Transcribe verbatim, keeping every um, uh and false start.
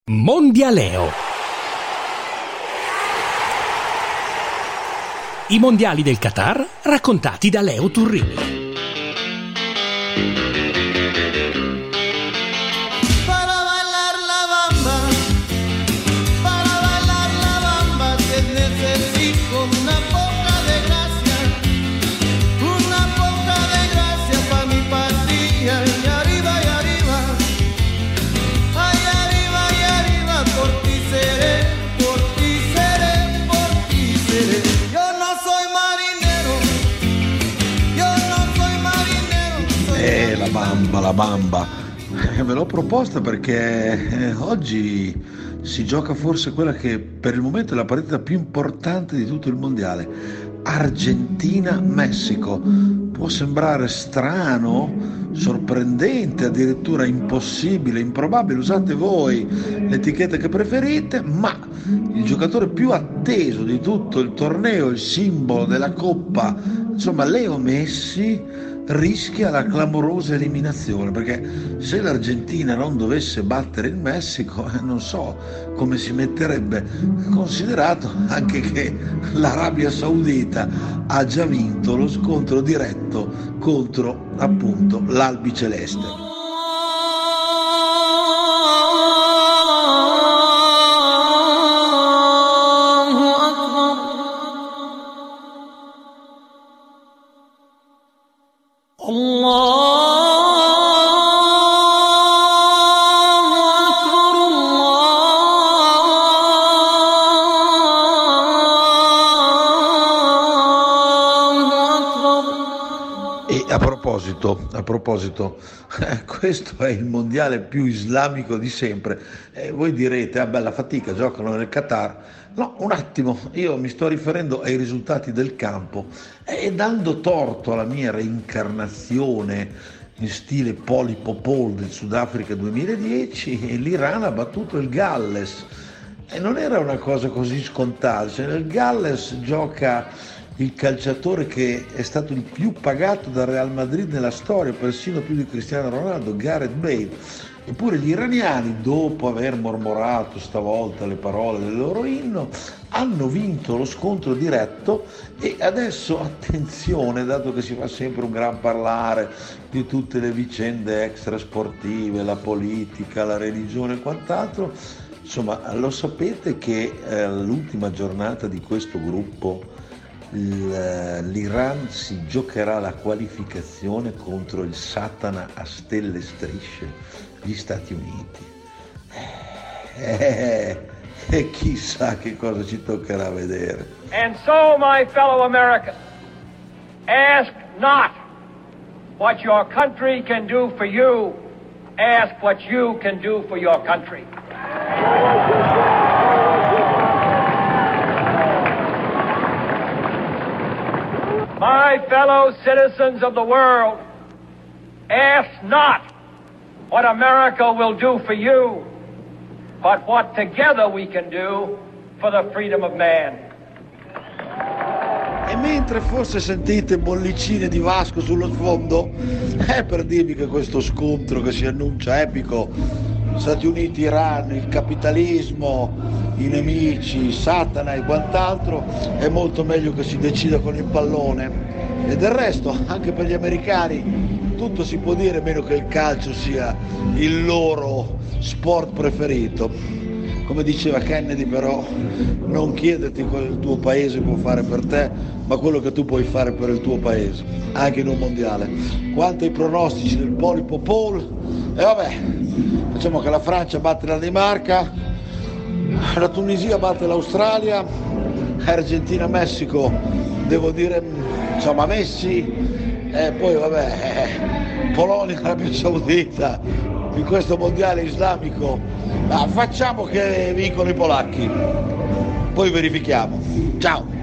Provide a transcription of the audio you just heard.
Mondialeo. I mondiali del Qatar raccontati da Leo Turrini. Bamba, la bamba, eh, ve l'ho proposta perché eh, oggi si gioca forse quella che per il momento è la partita più importante di tutto il mondiale, Argentina-Messico. Può sembrare strano, sorprendente, addirittura impossibile, improbabile, usate voi l'etichetta che preferite, ma il giocatore più atteso di tutto il torneo, il simbolo della Coppa, insomma Leo Messi, rischia la clamorosa eliminazione, perché se l'Argentina non dovesse battere il Messico, eh, non so come si metterebbe, considerato anche che l'Arabia Saudita ha già vinto lo scontro diretto contro appunto l'Albiceleste. E a proposito, a proposito, eh, questo è il mondiale più islamico di sempre. Eh, voi direte, ah, bella fatica, giocano nel Qatar. No, un attimo, io mi sto riferendo ai risultati del campo e dando torto alla mia reincarnazione in stile Polipo Paul del Sudafrica duemiladieci, l'Iran ha battuto il Galles e non era una cosa così scontata. Cioè, nel Galles gioca il calciatore che è stato il più pagato dal Real Madrid nella storia, persino più di Cristiano Ronaldo, Gareth Bale. Eppure gli iraniani, dopo aver mormorato stavolta le parole del loro inno, hanno vinto lo scontro diretto e adesso, attenzione, dato che si fa sempre un gran parlare di tutte le vicende extrasportive, la politica, la religione e quant'altro, insomma, lo sapete che eh, l'ultima giornata di questo gruppo l'Iran si giocherà la qualificazione contro il Satana a stelle e strisce, gli Stati Uniti. E eh, eh, chissà che cosa ci toccherà vedere. And so, my fellow Americans, ask not what your country can do for you, ask what you can do for your country. My fellow citizens of the world, ask not what America will do for you, but what together we can do for the freedom of man. E mentre forse sentite bollicine di Vasco sullo sfondo, è per dirvi che questo scontro che si annuncia epico, Stati Uniti, Iran, il capitalismo, i nemici, Satana e quant'altro, è molto meglio che si decida con il pallone. E del resto, anche per gli americani, tutto si può dire meno che il calcio sia il loro sport preferito. Come diceva Kennedy, però, non chiederti quello che il tuo paese può fare per te, ma quello che tu puoi fare per il tuo paese, anche in un mondiale. Quanto ai pronostici del Polipo Paul, e vabbè, facciamo che la Francia batte la Danimarca, la Tunisia batte l'Australia, Argentina-Messico, devo dire, insomma, Messi, e poi vabbè, Polonia-Arabia Saudita, in questo mondiale islamico, ma facciamo che vincono i polacchi, poi verifichiamo. Ciao!